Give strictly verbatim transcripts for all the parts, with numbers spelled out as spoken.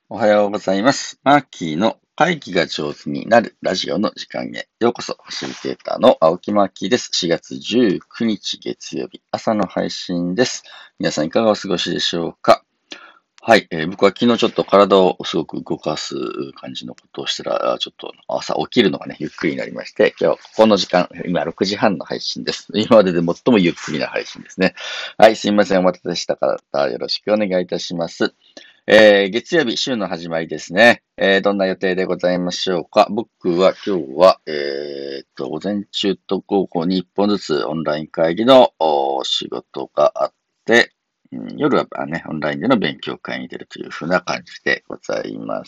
おはようございます。マーキーの会議が上手になるラジオの時間へようこそ。ファシリテーターの青木マーキーです。しがつじゅうくにち月曜日朝の配信です。皆さんいかがお過ごしでしょうか？はい、えー僕は昨日ちょっと体をすごく動かす感じのことをしたら、あちょっと朝起きるのがね、ゆっくりになりまして、今日この時間、今ろくじはんの配信です。今までで最もゆっくりな配信ですね。はい、すいません。お待たせした方、よろしくお願いいたします。えー、月曜日、週の始まりですね。えー、どんな予定でございましょうか。僕は今日は、えーっと、午前中と午後にいっぽんずつオンライン会議のお仕事があって、うん夜はね、オンラインでの勉強会に出るというふうな感じでございます。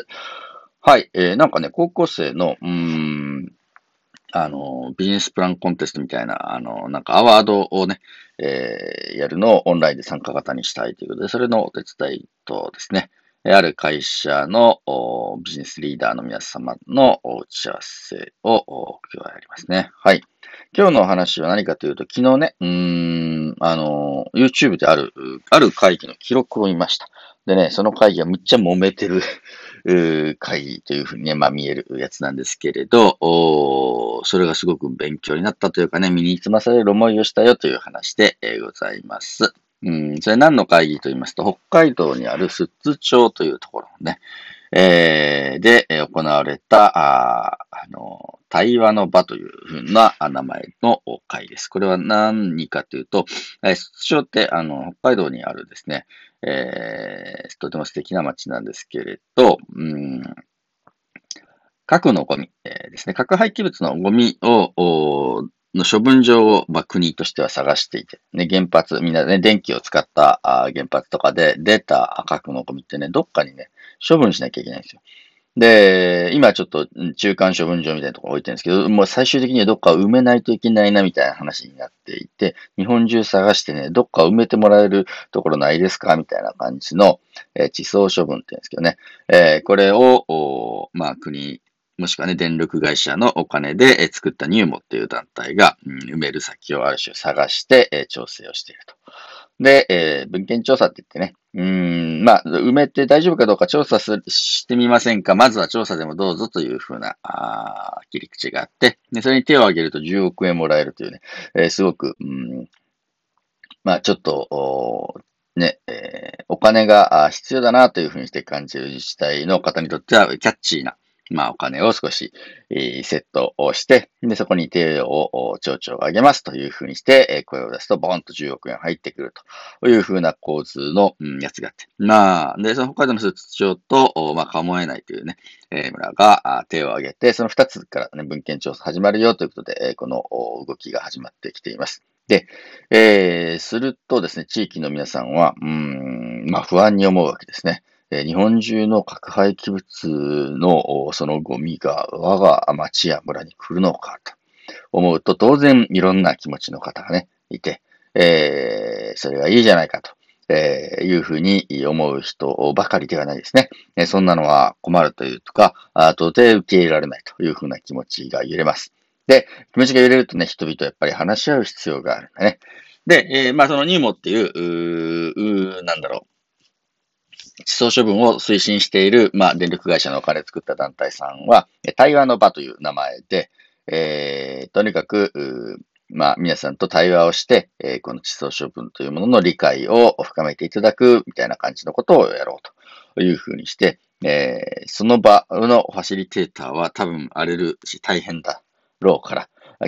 はい、えー、なんかね、高校生の、うーん、あの、ビジネスプランコンテストみたいな、あの、なんかアワードをね、えーやるのをオンラインで参加型にしたいということで、それのお手伝いとですね、えーある会社のおビジネスリーダーの皆様のお打ち合わせをお今日はやりますね。はい。今日のお話は何かというと、昨日ね、うーん、あの、YouTube である、ある会議の記録を見ました。でね、その会議はむっちゃ揉めてるうー会議というふうにね、まあ見えるやつなんですけれど、おーそれがすごく勉強になったというかね、身につまされる思いをしたよという話で、えーございます。うん、それ何の会議と言いますと、北海道にある寿都町というところのね、えーで、えー行われた、あーあの、対話の場というふうなあ名前の会です。これは何かというと、えー、寿都町って、あの、北海道にあるですね、えーとても素敵な街なんですけれど、うん、核のゴミ、えーですね、核廃棄物のゴミを、おの処分場を、まあ、国としては探していて、ね、原発、みんなね、電気を使ったあ原発とかで出た核のゴミってね、どっかにね、処分しなきゃいけないんですよ。で、今ちょっとうん中間処分場みたいなところ置いてるんですけど、もう最終的にはどっか埋めないといけないなみたいな話になっていて、日本中探してね、どっか埋めてもらえるところないですかみたいな感じの、えー地層処分って言うんですけどね。えーこれを、おまあ国、もしくはね、電力会社のお金で、えー作ったニューモっていう団体が、うん埋める先をある種探して、えー調整をしていると。で、えー文献調査って言ってね、うーん、まあ、埋めて大丈夫かどうか調査するしてみませんか、まずは調査でもどうぞというふうな、あー切り口があって、で、それに手を挙げるとじゅうおくえんもらえるというね、えーすごく、うん、まあ、ちょっと、おね、えーお金があ必要だなというふうにして感じる自治体の方にとっては、キャッチーな、まあ、お金を少し、えーセットをして、で、そこに手を、お町長が挙げますというふうにして、えー声を出すと、ボーンとじゅうおくえん入ってくるというふうな構図の、うん、やつがあって。まあ、で、その北海道の寿都町と、おまあ、鴨えないというね、えー村があ手を挙げて、その二つからね、文献調査始まるよということで、えーこのお動きが始まってきています。で、えー、するとですね、地域の皆さんは、うーん、まあ不安に思うわけですね。えー日本中の核廃棄物のおそのゴミが我が町や村に来るのかと思うと、当然いろんな気持ちの方がね、いて、えー、それがいいじゃないかと。えーいうふうに思う人ばかりではないですね。えーそんなのは困るというとか、あ到底受け入れられないというふうな気持ちが揺れます。で、気持ちが揺れるとね、人々はやっぱり話し合う必要があるんだね。で、えーまあそのニーモっていう、うーうーなんだろう、地層処分を推進している、まあ電力会社のお金を作った団体さんは、え対話の場という名前で、えーとにかく、うーまあ皆さんと対話をして、えーこの地層処分というものの理解を深めていただくみたいな感じのことをやろうというふうにして、えーその場のファシリテーターは多分荒れるし大変だろうから、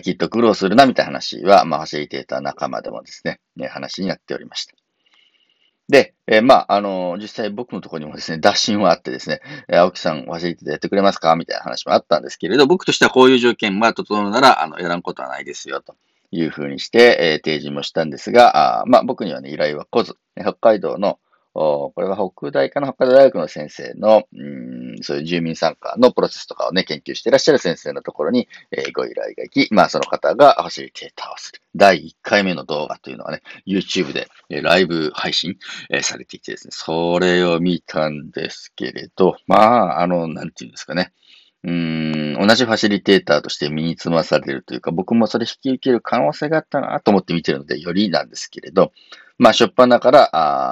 きっと苦労するなみたいな話は、まあファシリテーター仲間でもですね、ね話になっておりました。で、えーまあ、あの実際僕のところにもですね、打診はあってですね、えー青木さん、ファシリティでやってくれますかみたいな話もあったんですけれど、僕としてはこういう条件が整うなら、あの、やらんことはないですよ、というふうにして、えー提示もしたんですが、あまあ、僕にはね、依頼は来ず、北海道の、おこれは北大かな北海道大学の先生の、うん、そういう住民参加のプロセスとかをね、研究していらっしゃる先生のところに、えーご依頼が行き、まあ、その方がファシリテーターをする。だいいっかいめの動画というのはね、YouTube で、えーライブ配信えーされていてですね、それを見たんですけれど、まあ、あの、なんていうんですかね。うーん、同じファシリテーターとして身につまされるというか、僕もそれ引き受ける可能性があったなと思って見てるので、よりなんですけれど、 まあ、初っ端から、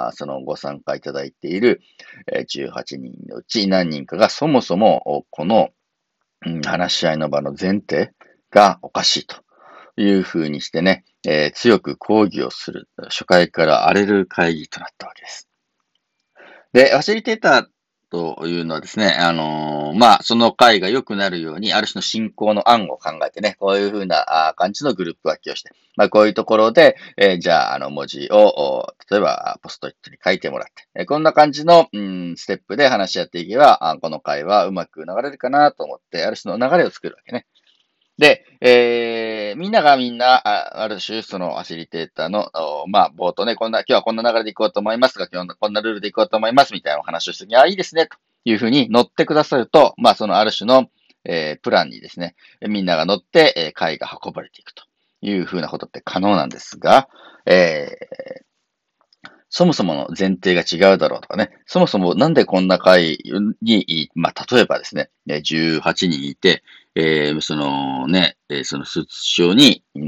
あそのご参加いただいているじゅうはちにんのうち何人かがそもそも、この、うん、話し合いの場の前提がおかしいというふうにしてね、えー、強く抗議をする、初回から荒れる会議となったわけです。で、ファシリテーターというのはですね、あのーまあ、その会が良くなるように、ある種の進行の案を考えてね、こういうふうなあ感じのグループ分けをして、まあ、こういうところで、えーじゃあ、あの、文字を、例えば、ポストイットに書いてもらって、えーこんな感じの、うん、ステップで話し合っていけば、あこの会はうまく流れるかなと思って、ある種の流れを作るわけね。で、えー、みんながみんな、あある種、そのアシリテーターの、おまあ、冒頭ね、こんな、今日はこんな流れでいこうと思いますが、今日はこんなルールでいこうと思います、みたいなお話をするに、あ、いいですね、というふうに乗ってくださると、まあ、そのある種の、えー、プランにですね、みんなが乗って、えー、会が運ばれていくというふうなことって可能なんですが、えー、そもそもの前提が違うだろうとかね、そもそもなんでこんな会に、まあ、例えばですね、じゅうはちにんいて、えー、そのね、そのスーツ省に、うん、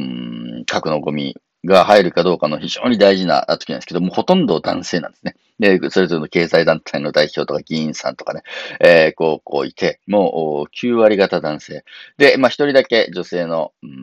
核のゴミが入るかどうかの非常に大事な時なんですけども、ほとんど男性なんですね。で、それぞれの経済団体の代表とか議員さんとかね、えー、こう、こういて、もうきゅう割方男性。で、まあ一人だけ女性の、うん、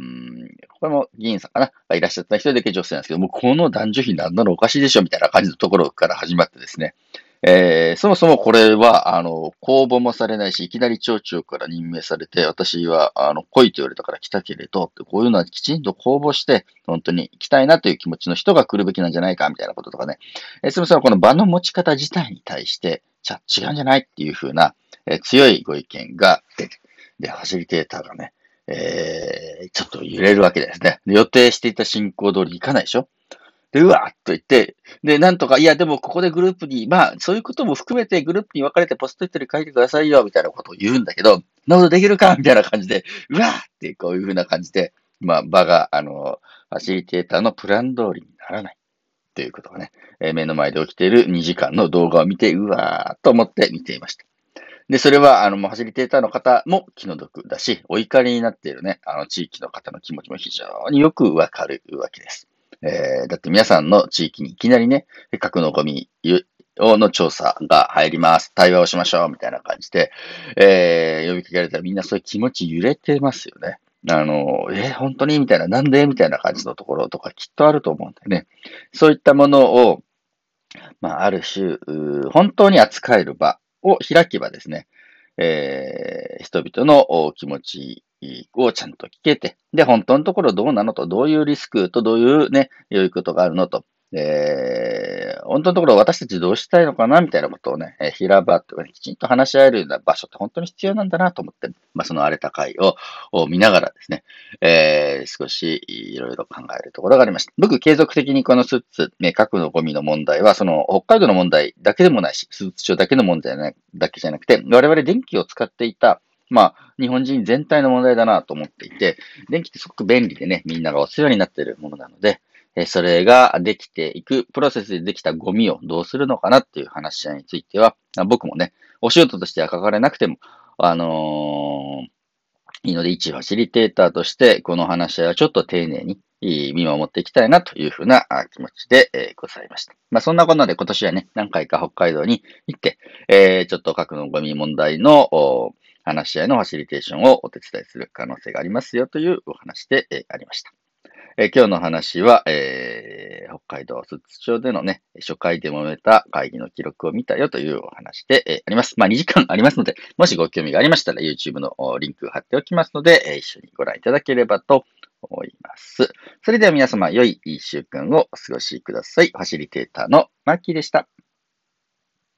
これも議員さんかながいらっしゃった一人だけ女性なんですけども、この男女比なんなのおかしいでしょみたいな感じのところから始まってですね、えー、そもそもこれは、あの、公募もされないし、いきなり町長から任命されて、私は、あの、来いと言われたから来たけれど、こういうのはきちんと公募して、本当に行きたいなという気持ちの人が来るべきなんじゃないか、みたいなこととかね。えー、そもそもこの場の持ち方自体に対して、じゃ違うんじゃないっていうふうな、えー、強いご意見が出て、で、ファシリテーターがね、えー、ちょっと揺れるわけですね。予定していた進行通りいかないでしょ。で、うわーっと言って、で、なんとか、いや、でもここでグループに、まあ、そういうことも含めてグループに分かれてポストイットに書いてくださいよ、みたいなことを言うんだけど、なるほどできるかみたいな感じで、うわーってこういうふうな感じで、まあ、場が、あの、ファシリテーターのプラン通りにならないということがね、えー目の前で起きているにじかんの動画を見て、うわーと思って見ていました。で、それは、あの、もうファシリテーターの方も気の毒だし、お怒りになっているね、あの、地域の方の気持ちも非常によくわかるわけです。えー、だって皆さんの地域にいきなりね、核のゴミの調査が入ります。対話をしましょう。みたいな感じで、えー、呼びかけられたらみんなそういう気持ち揺れてますよね。あの、えー本当にみたいな、なんでみたいな感じのところとかきっとあると思うんだよね。そういったものを、まあ、ある種、本当に扱える場を開けばですね、えー、人々の気持ちをちゃんと聞けて、で、本当のところどうなのと、どういうリスクとどういうね、良いことがあるのと、えー、本当のところ私たちどうしたいのかなみたいなことをね、えー、平場とかね、きちんと話し合えるような場所って本当に必要なんだなと思って、まあ、その荒れた会をを見ながらですね、えー、少しいろいろ考えるところがありました。僕、継続的にこのスーツ、ね、核のゴミの問題は、その北海道の問題だけでもないし、スーツ省だけの問題なだけじゃなくて、我々電気を使っていた、まあ、日本人全体の問題だなと思っていて、電気ってすごく便利でね、みんながお世話になっているものなので、えそれができていく、プロセスでできたゴミをどうするのかなっていう話し合いについては、僕もね、お仕事としては書かれなくても、あのーいいので、一ファシリテーターとして、この話し合いはちょっと丁寧に見守っていきたいなというふうな気持ちで、えー、ございました。まあ、そんなことで今年はね、何回か北海道に行って、えー、ちょっと核のゴミ問題の話し合いのファシリテーションをお手伝いする可能性がありますよというお話で、えー、ありました。えー今日の話は、えー北海道寿都町でのね、初回で揉めた会議の記録を見たよというお話で、えーあります。まあ、にじかんありますので、もしご興味がありましたら YouTube のおリンクを貼っておきますので、えー一緒にご覧いただければと思います。それでは皆様、良いいっしゅうかんをお過ごしください。ファシリテーターのマッキーでした。